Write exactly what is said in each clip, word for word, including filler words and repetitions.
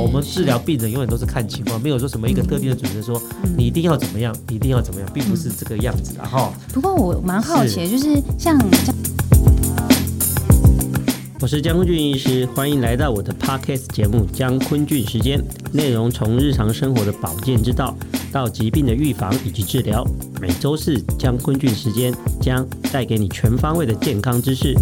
我们治疗病人永远都是看情况，没有说什么一个特定的准则说、嗯、你一定要怎么样，你一定要怎么样，并不是这个样子啊哈、 嗯。不过我蛮好奇的，就是像。 我是江坤俊医师，欢迎来到我的 Podcast 节目《江坤俊时间》，内容从日常生活的保健之道到疾病的预防以及治疗。每周四江坤俊时间将带给你全方位的健康知识。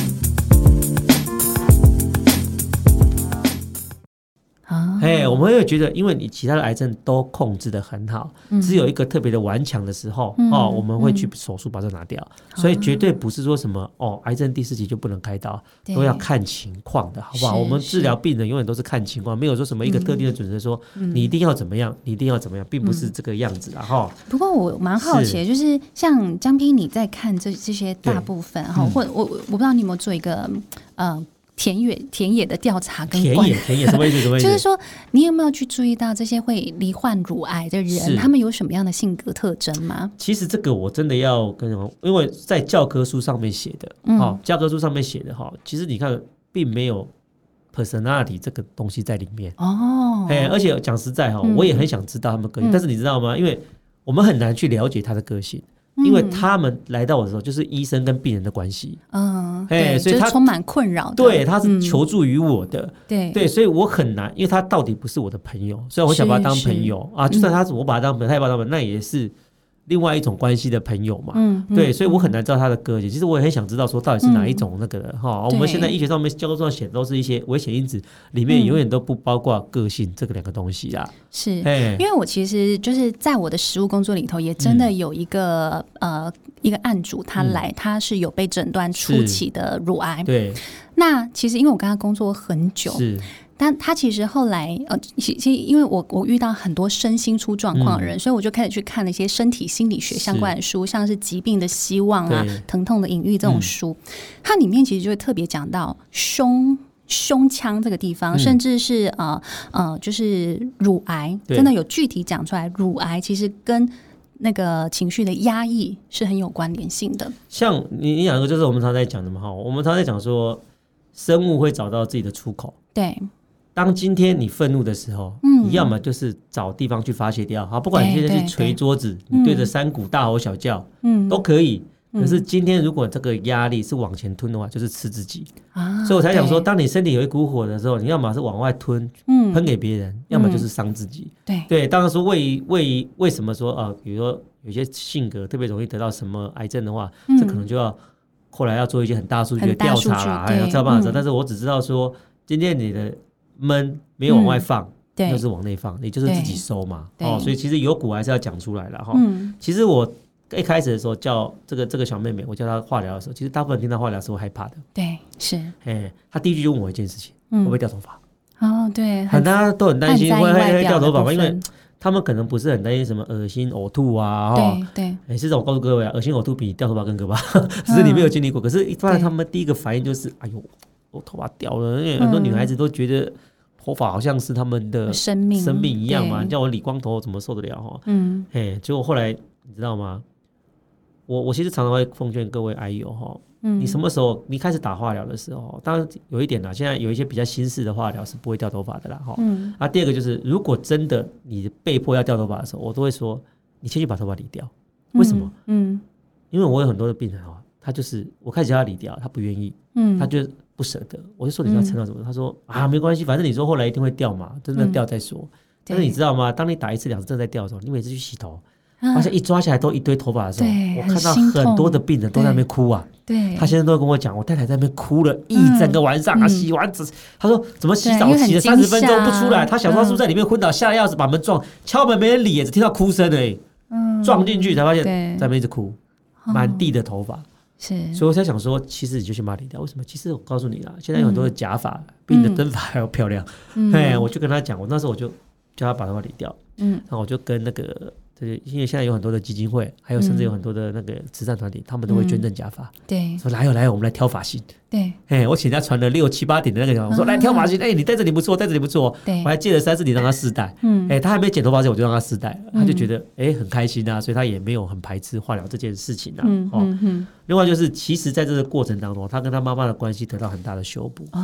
嘿、hey, 我们会觉得，因为你其他的癌症都控制得很好、嗯，只有一个特别的顽强的时候、嗯哦、我们会去手术把它拿掉、嗯，所以绝对不是说什么哦，癌症第四期就不能开刀，都要看情况的，好不好？我们治疗病人永远都是看情况，没有说什么一个特定的准则说、嗯、你一定要怎么样，你一定要怎么样，并不是这个样子的哈、嗯。 不过我蛮好奇的，就是像江批你在看这这些大部分哈，或我我不知道你有没有做一个呃。田野田野的调查跟田野田野什么意思？什么意思？ 就是说，你有没有去注意到这些会罹患乳癌的人，他们有什么样的性格特征吗？ 其实这个我真的要跟，因为在教科书上面写的，嗯哦、教科书上面写的哈，其实你看，并没有 personality 这个东西在里面哦。哎，而且讲实在哈、嗯，我也很想知道他们个性、嗯，但是你知道吗？因为我们很难去了解他的个性。因为他们来到我的时候，就是医生跟病人的关系，嗯， 对，所以他、就是、充满困扰的， 对，他是求助于我的，嗯、 对对，所以我很难，因为他到底不是我的朋友，虽然我想把他当朋友啊，就算他我把他当朋友，他也把他当朋友，那也是另外一种关系的朋友嘛，嗯，对，所以我很难知道他的个性。其实我也很想知道说到底是哪一种那个的哈、嗯。我们现在医学上面教科书上写的都是一些危险因子，里面永远都不包括个性这个两个东西啦。 是，因为我其实就是在我的实务工作里头，也真的有一个、嗯、呃一个案主，他来、嗯，他是有被诊断初期的乳癌。 对， 那其实因为我跟他工作很久， 是。 但他其实后来呃，其实因为我我遇到很多身心出状况的人、嗯，所以我就开始去看了一些身体心理学相关的书，像是《疾病的希望》啊，《疼痛的隐喻》这种书、嗯，它里面其实就会特别讲到胸胸腔这个地方，嗯、甚至是呃呃，就是乳癌，真的有具体讲出来，乳癌其实跟那个情绪的压抑是很有关联性的。 像你你讲的就是我们常在讲的嘛，哈，我们常在讲说，生物会找到自己的出口， 对。 当今天你愤怒的时候、嗯、你要么就是找地方去发泄掉，好，不管你现在去捶桌子，你对着山谷大吼小叫、嗯、都可以、嗯、可是今天如果这个压力是往前吞的话，就是吃自己、啊、所以我才想说，当你身体有一股火的时候，你要么是往外吞、嗯、喷给别人、嗯、要么就是伤自己、 嗯、 对对，当然说为为为什么说、呃、比如说有些性格特别容易得到什么癌症的话、嗯、这可能就要后来要做一些很大数据的调查啦，还要知道办法知道、嗯、但是我只知道说今天你的闷没有往外放、嗯、对，就是往内放，你就是自己收嘛，哦，所以其实有股还是要讲出来了哈、嗯。其实我一开始的时候叫这个这个小妹妹，我叫她化疗的时候，其实大部分听到化疗是会害怕的， 对，是， 哎，她第一句就问我一件事情，嗯、会不会掉头发？ 哦，对， 很大家都很担心会会掉头发嘛，因为他们可能不是很担心什么恶心呕吐啊， 对对， 哎，是我告诉各位啊，恶心呕吐比掉头发更可怕，只是你没有经历过。嗯、可是，一般他们第一个反应就是，哎呦。我头发掉了，因为很多女孩子都觉得头发好像是他们的生命生命一样嘛，你叫我理光头怎么受得了哈？嗯，哎，结果后来你知道吗？我我其实常常会奉劝各位癌友哈，嗯，你什么时候你开始打化疗的时候，当然有一点啦，现在有一些比较新式的化疗是不会掉头发的啦哈。嗯，啊，第二个就是如果真的你被迫要掉头发的时候，我都会说你先去把头发理掉。为什么？嗯，嗯因为我有很多的病人哈，他就是我开始叫他理掉，他不愿意，嗯，他就不舍得，我就说你要撑到什么、嗯？他说啊，没关系，反正你说后来一定会掉嘛，真的掉再说。嗯、但是你知道吗？当你打一次两次正在掉的时候，你每次去洗头，发现一抓起来都一堆头发的时候，我看到很多的病人都在那边哭啊。对，他现在都会跟我讲，我太太在那边哭了一整个晚上啊，嗯、洗完澡，他说怎么洗澡洗了三十分钟不出来？他想说他是不是在里面昏倒，吓得要死，把门撞，敲门没人理，只听到哭声而已。嗯，撞进去才发现在那边一直哭，满地的头发。是，所以我才想说，其实你就先把它理掉。为什么？其实我告诉你啦，现在有很多的假发、嗯、比你的真发还要漂亮。嗯，我就跟他讲，我那时候我就叫他把头发理掉。嗯，然后我就跟那个，因为现在有很多的基金会，还有甚至有很多的那个慈善团体，嗯、他们都会捐赠假发。嗯、对，说来有来有，我们来挑发型。对，哎，我请他传了六七八顶的那个，我说、嗯、来挑发型，哎，你戴这里不错，戴这里不错。对，我还借了三四顶让他试戴。嗯，哎，他还没剪头发前我就让他试戴，他就觉得哎很开心啊，所以他也没有很排斥化疗这件事情啊。嗯嗯嗯。另外就是，其实在这个过程当中，他跟他妈妈的关系得到很大的修补。哦，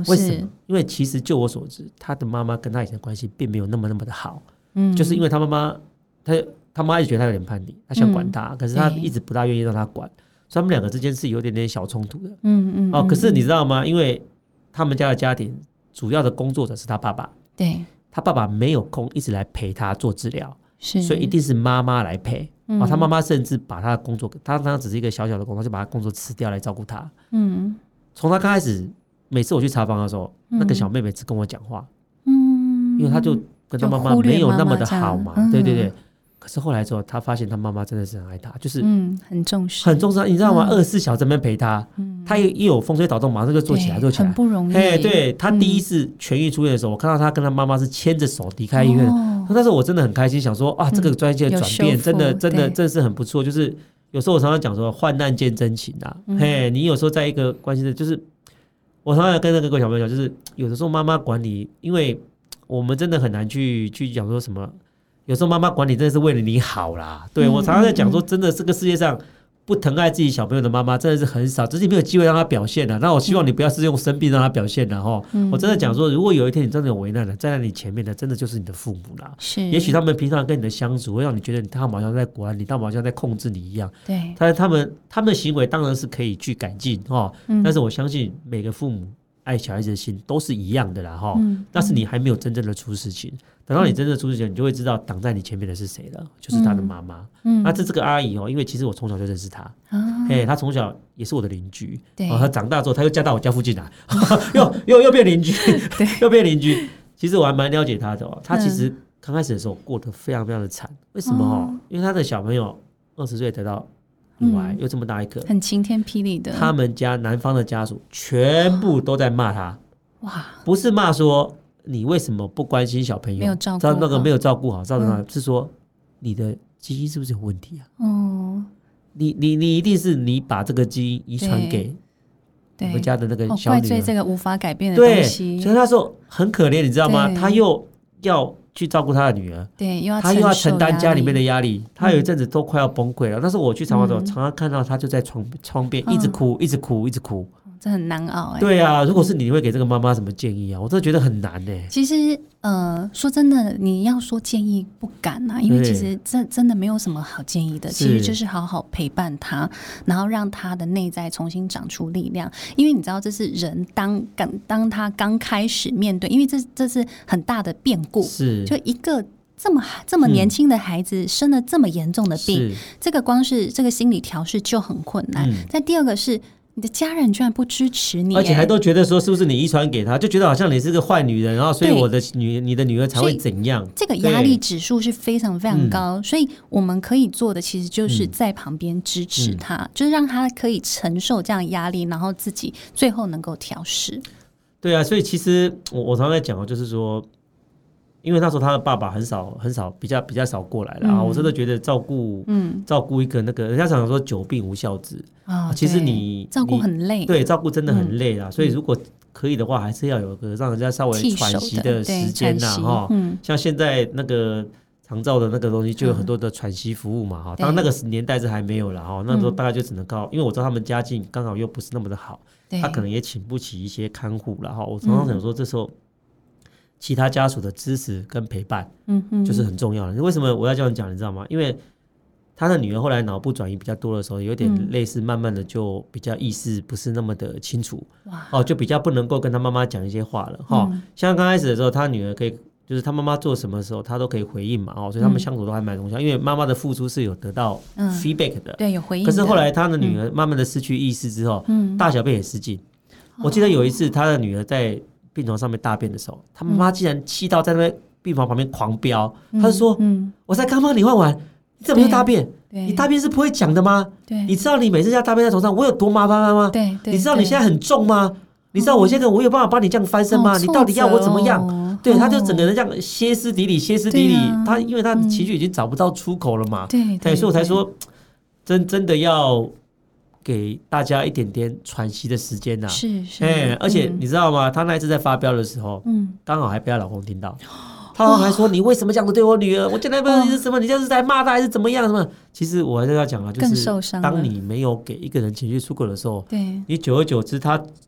为什么？因为其实就我所知，他的妈妈跟他以前的关系并没有那么那么的好，嗯，就是因为他妈妈，他他妈一直觉得他有点叛逆，他想管他，嗯、可是他一直不大愿意让他管，所以他们两个之间是有点点小冲突的，嗯嗯。哦，可是你知道吗？因为他们家的家庭主要的工作者是他爸爸， 对， 他爸爸没有空一直来陪他做治疗，是，所以一定是妈妈来陪。嗯哦、他妈妈甚至把他的工作，他他只是一个小小的工作，就把他工作辞掉来照顾他。嗯，从他刚开始，每次我去查房的时候，嗯、那个小妹妹只跟我讲话，嗯，因为他就跟他妈妈没有那么的好嘛，嗯、对对对。可是后来之后，他发现他妈妈真的是很爱他，就是嗯，很重视， 很重视，你知道吗？二十四小时在那边陪他，嗯、他一有风吹草动，马上就做起来，做起来， 很不容易。 嘿，对他第一次痊愈出院的时候，嗯、我看到他跟他妈妈是牵着手离开医院。哦，那时候我真的很开心，想说啊，这个专业的转变真的真的真的是很不错。就是有时候我常常讲说，患难见真情啊。嗯、嘿，你有时候在一个关系的，就是我常常跟那个各位小朋友讲，就是有的时候妈妈管你，因为我们真的很难去去讲说什么。有时候妈妈管你真的是为了你好啦。对，我常常在讲说，真的这个世界上不疼爱自己小朋友的妈妈真的是很少，只是没有机会让他表现了。那我希望你不要是用生病让他表现了哈。嗯、我真的讲说，如果有一天你真的有为难了，站在你前面的真的就是你的父母啦。是，也许他们平常跟你的相处会让你觉得他们好像在管你，他们好像在控制你一样。对，但是他们他们的行为当然是可以去改进哈。嗯、但是我相信每个父母爱小孩子的心都是一样的啦哈。嗯、但是你还没有真正的出事情。等到你真正出事情，你就会知道挡在你前面的是谁了，就是他的妈妈。嗯，那这这个阿姨哦，因为其实我从小就认识她，啊，哎，她从小也是我的邻居。对，哦，她长大之后，她又嫁到我家附近来，又又又变邻居，对，又变邻居。其实我还蛮了解她的哦，她其实刚开始的时候过得非常非常的惨。为什么哦？嗯、因为她的小朋友二十岁得到乳癌，嗯、又这么大一个， 很晴天霹雳的。 他们家男方的家属全部都在骂她，哇，不是骂说。你为什么不关心小朋友？ 没有照顾好， 那个没有照顾好，造成他、嗯、是说你的基因是不是有问题啊？哦，你你你一定是你把这个基因遗传给我们家的那个小女儿， 怪罪这个无法改变的东西。 对，所以他说很可怜，你知道吗？他又要去照顾他的女儿， 对，又要他又要承担家里面的压力，他有一阵子都快要崩溃了。但是我去采访的时候，嗯、常常看到他就在窗窗边一直哭，嗯、一直哭，一直哭。 这很难熬哎、欸。 对啊，如果是你，你会给这个妈妈什么建议啊？我真的觉得很难哎、欸。 其实呃，说真的，你要说建议不敢啊，因为其实这真的没有什么好建议的。其实就是好好陪伴他，然后让他的内在重新长出力量。因为你知道，这是人当刚当他刚开始面对，因为这这是很大的变故，是就一个。这么这么年轻的孩子、嗯、生了这么严重的病，这个光是这个心理调试就很困难。再、嗯、第二个是。你的家人居然不支持你， 而且还都觉得说是不是你遗传给他，就觉得好像你是个坏女人，然后所以我的女你的女儿才会怎样？ 这个压力指数是非常非常高，所以我们可以做的其实就是在旁边支持他，嗯、就是让他可以承受这样压力，然后自己最后能够调试。 对啊，所以其实我我常常在讲，就是说。因为那时候他的爸爸很少很少比较比较少过来了、嗯、我真的觉得照顾、嗯、照顾一个那个人家常常说久病无孝子、哦、其实你照顾很累， 对，照顾真的很累啦、嗯、所以如果可以的话还是要有一个让人家稍微喘息的时间啦、嗯、像现在那个长照的那个东西就有很多的喘息服务嘛、嗯、当然那个年代是还没有啦、嗯、那时候大概就只能靠，因为我知道他们家境刚好又不是那么的好，他可能也请不起一些看护啦，我常常想说这时候其他家属的支持跟陪伴，嗯嗯，就是很重要的。为什么我要这样讲？你知道吗？因为他的女儿后来脑部转移比较多的时候，有点类似，慢慢的就比较意识不是那么的清楚，哇，哦，就比较不能够跟他妈妈讲一些话了，哈、嗯。像刚开始的时候，他女儿可以，就是他妈妈做什么时候，他都可以回应嘛，哦，所以他们相处都还蛮融洽，因为妈妈的付出是有得到 feedback 的，嗯、对，有回应。可是后来他的女儿慢慢的失去意识之后，嗯，大小便也失禁。我记得有一次，他的女儿在病床上面大便的时候，他妈妈竟然气到在那边病房旁边狂飙，嗯、他就说、嗯：“我才刚帮你换完，你怎么又大便？你大便是不会讲的吗？你知道你每次要大便在床上我有多麻烦吗？你知道你现在很重吗？你知道我现在我有办法帮你这样翻身吗？哦、你到底要我怎么样？”哦、对，他就整个人这样歇斯底里，歇斯底里。他因为他的情绪已经找不到出口了嘛，对，对，所以我才说，真真的要。给大家一点点喘息的时间呐、啊，是是、欸，而且你知道吗？她、嗯、那一次在发飙的时候，嗯，刚好还被她老公听到，她还说：“你为什么这样子对我女儿？我现在不知道你是什么，你这是在骂她还是怎么样？什么？”其实我还是要讲啊，就是当你没有给一个人情绪出口的时候，对，你久而久之，他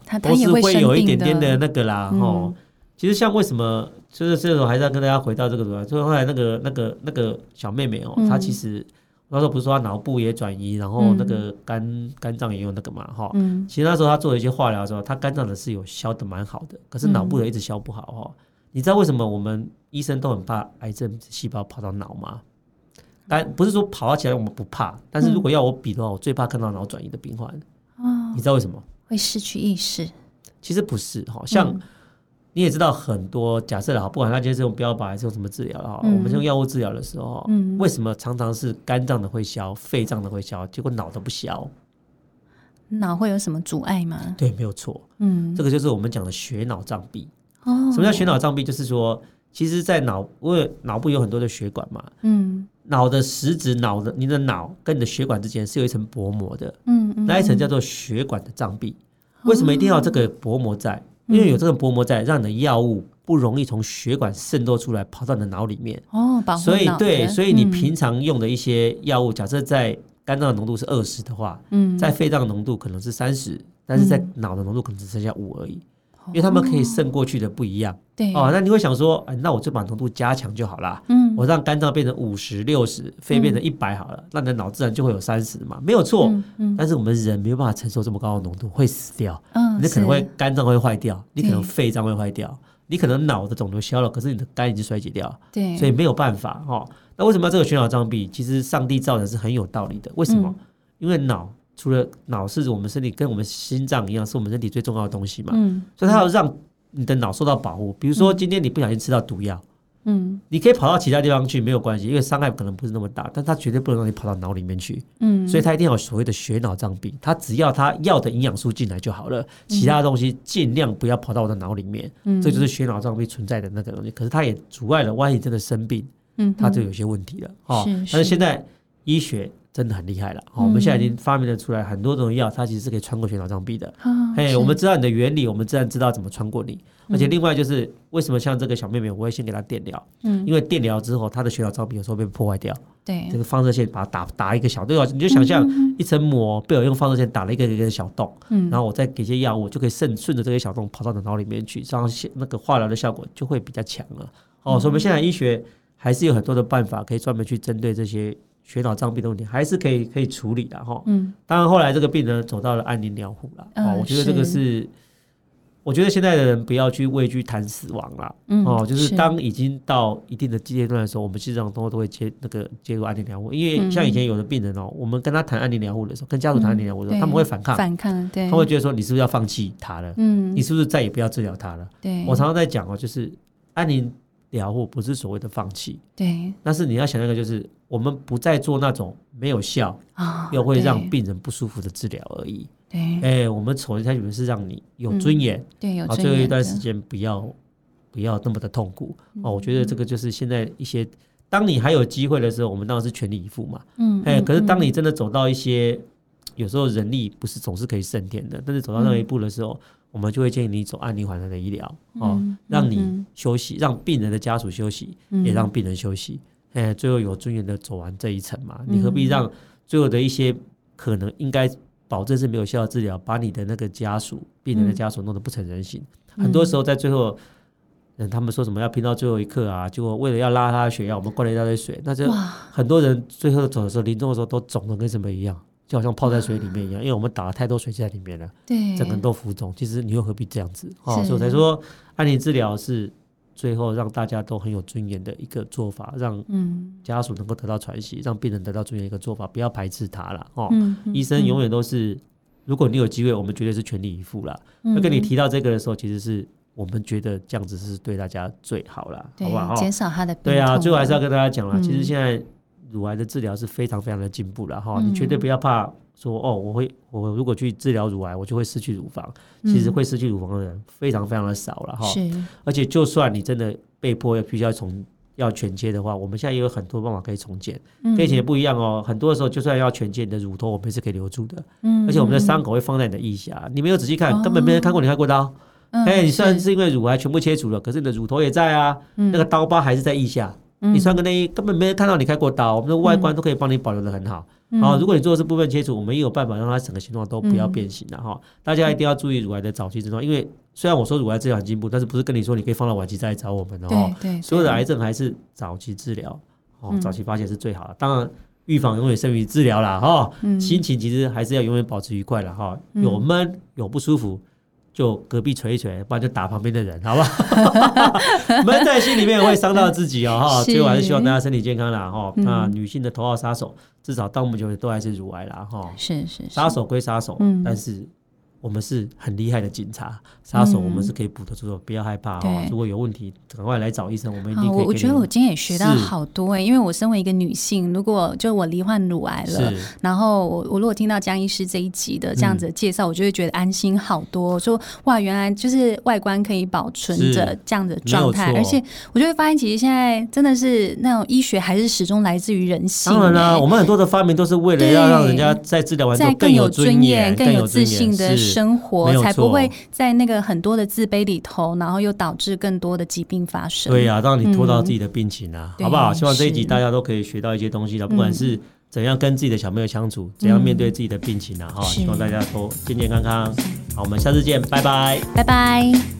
都是会有一点点的那个啦。嗯、哦，其实像为什么，就是这种还是要跟大家回到这个的，就是后来那个那个那个小妹妹哦，嗯、她其实那时候不是说她脑部也转移，然后那个肝、嗯、肝脏也有那个嘛，哈、哦。嗯、其实那时候她做了一些化疗的时候，她肝脏的是有消的蛮好的，可是脑部的一直消不好哈、哦。你知道为什么我们医生都很怕癌症细胞跑到脑吗？但不是说跑到起来我们不怕，但是如果要我比的话，我最怕看到脑转移的病患。嗯、你知道为什么？ 会失去意识。 其实不是，像你也知道很多，假设啦，不管他今天是用标靶还是用什么治疗啦、嗯、我们用药物治疗的时候、嗯、为什么常常是肝脏的会消，肺脏的会消，结果脑的不消？ 脑会有什么阻碍吗？ 对，没有错。嗯，这个就是我们讲的血脑障壁。哦，什么叫血脑障壁？就是说其实在脑，因为脑部有很多的血管嘛，嗯，脑的实质，脑的你的脑跟你的血管之间是有一层薄膜的，嗯嗯，那一层叫做血管的障壁。为什么一定要有这个薄膜在？因为有这个薄膜在，让你的药物不容易从血管渗透出来，跑到你的脑里面。哦，保护脑的。所以对，所以你平常用的一些药物，假设在肝脏的浓度是二十的话，嗯，在肺脏的浓度可能是三十，但是在脑的浓度可能只剩下五而已。因为他们可以渗过去的不一样，对哦，那你会想说，哎，那我就把浓度加强就好啦，嗯，我让肝脏变成五十、六十，肺变成一百好了，那、嗯、你的脑自然就会有三十嘛，没有错、嗯嗯。但是我们人没有办法承受这么高的浓度，会死掉，嗯，你可能会肝脏会坏掉，你可能肺脏会坏掉，你可能脑的肿瘤消了，可是你的肝已经衰竭掉，对，所以没有办法哈、哦。那为什么要这个血脑障壁？其实上帝造的是很有道理的，为什么？嗯、因为脑。除了脑是我们身体跟我们心脏一样是我们身体最重要的东西嘛、嗯、所以它要让你的脑受到保护。比如说今天你不小心吃到毒药、嗯、你可以跑到其他地方去没有关系，因为伤害可能不是那么大，但它绝对不能让你跑到脑里面去、嗯、所以它一定要有所谓的血脑障壁，它只要它要的营养素进来就好了，其他的东西尽量不要跑到我的脑里面、嗯、这就是血脑障壁存在的那个东西。可是它也阻碍了万一真的生病、嗯、它就有些问题了、哦、是是，但是现在医学真的很厉害了、嗯、我们现在已经发明了出来很多种药，它其实是可以穿过血脑障壁的、哦、嘿，我们知道你的原理，我们自然知道怎么穿过你、嗯、而且另外就是为什么像这个小妹妹我会先给她电疗、嗯、因为电疗之后她的血脑障壁有时候被破坏掉，对，这个放射线把它 打, 打一个小洞，你就想象一层膜被我用放射线打了一个一个小洞、嗯、然后我再给些药物就可以顺顺着这些小洞跑到你脑里面去，这样那个化疗的效果就会比较强了、哦嗯、所以我们现在医学还是有很多的办法可以专门去针对这些血脑障壁的问题，还是可以可以处理的哈。嗯，当然后来这个病人走到了安宁疗护了、嗯哦。我觉得这个是，是我觉得现在的人不要去畏惧谈死亡啦。嗯，哦，就是当已经到一定的阶段的时候，我们基本上都都会接那个介入安宁疗护。因为像以前有的病人哦，我们跟他谈安宁疗护的时候，跟家属谈安宁疗护的时候、嗯，他们会反抗，反抗，对，他会觉得说你是不是要放弃他了？嗯，你是不是再也不要治疗他了？对，我常常在讲哦，就是安宁疗护不是所谓的放弃，对，但是你要想那个就是我们不再做那种没有效、哦、又会让病人不舒服的治疗而已。对，哎、欸，我们从一开始是让你有尊严、嗯，对，有尊严，最后一段时间不要不要那么的痛苦、嗯、哦。我觉得这个就是现在一些，当你还有机会的时候，我们当然是全力以赴嘛。嗯，哎、欸，可是当你真的走到一些，有时候人力不是总是可以胜天的，但是走到那一步的时候。嗯，我们就会建议你走安宁缓和的医疗、哦嗯、让你休息、嗯、让病人的家属休息、嗯、也让病人休息、嗯、最后有尊严的走完这一程嘛、嗯、你何必让最后的一些可能应该保证是没有效的治疗把你的那个家属病人的家属弄得不成人形、嗯、很多时候在最后、嗯、他们说什么要拼到最后一刻啊，结果为了要拉他的血压我们灌了一大堆水，那就很多人最后走的时候临终的时候都肿得跟什么一样，就好像泡在水里面一样，因为我们打了太多水在里面了，对，整个人都浮肿。其实你又何必这样子？哦，所以我才说安宁治疗是最后让大家都很有尊严的一个做法，让家属能够得到喘息，让病人得到尊严的一个做法，不要排斥他啦。哦，嗯嗯、医生永远都是，如果你有机会，我们绝对是全力以赴啦。那、嗯、跟你提到这个的时候，其实是我们觉得这样子是对大家最好啦，好不好？ 减少他的病痛。 对啊，最后还是要跟大家讲啦、嗯，其实现在。乳癌的治疗是非常非常的进步了哈、嗯，你绝对不要怕说哦，我会我如果去治疗乳癌，我就会失去乳房、嗯。其实会失去乳房的人非常非常的少了哈。是，而且就算你真的被迫要必须要重要全切的话，我们现在也有很多办法可以重建，嗯、跟以前也不一样哦。很多的时候，就算要全切，你的乳头我们是可以留住的，嗯，而且我们的伤口会放在你的腋下，你没有仔细看，哦、根本没人看过你开过刀。哎、嗯欸，你虽然是因为乳癌全部切除了，可是你的乳头也在啊，嗯、那个刀疤还是在腋下。你穿个内衣根本没人看到你开过刀，我们的外观都可以帮你保留得很好、 好、嗯，如果你做的是部分切除，我们也有办法让它整个形状都不要变形了哈、嗯。大家一定要注意乳癌的早期症状，因为虽然我说乳癌治疗很进步，但是不是跟你说你可以放到晚期再来找我们的哦。 对对， 所有的癌症还是早期治疗哦，早期发现是最好的。嗯、当然，预防永远胜于治疗啦哈、嗯。心情其实还是要永远保持愉快啦哈。有闷有不舒服，就隔壁捶一捶，不然就打旁边的人，好不好？闷在心里面会伤到自己哦哈。最后还是希望大家身体健康啦哈。那、嗯、女性的头号杀手，至少到目前为止都还是乳癌啦哈。 是是， 杀手归杀手、嗯，但是我们是很厉害的警察，杀手我们是可以捕得住的，不要害怕哦。如果有问题，赶快来找医生，我们一定可以。 我觉得我今天也学到好多哎、欸，因为我身为一个女性，如果就我罹患乳癌了，然后我我如果听到江医师这一集的这样子的介绍、嗯，我就会觉得安心好多。说哇，原来就是外观可以保存着这样的状态，而且我就会发现，其实现在真的是那种医学还是始终来自于人性、欸。 当然啦、啊，我们很多的发明都是为了要让人家在治疗完之后更有尊严、 更有自信的生活，才不会在那个很多的自卑里头，然后又导致更多的疾病发生。 对啊，让你拖到自己的病情啊、嗯，好不好？希望这一集大家都可以学到一些东西了，不管是怎样跟自己的小朋友相处，嗯、怎样面对自己的病情啊，哈、嗯，希望大家都健健康康。好，我们下次见，拜拜， 拜拜。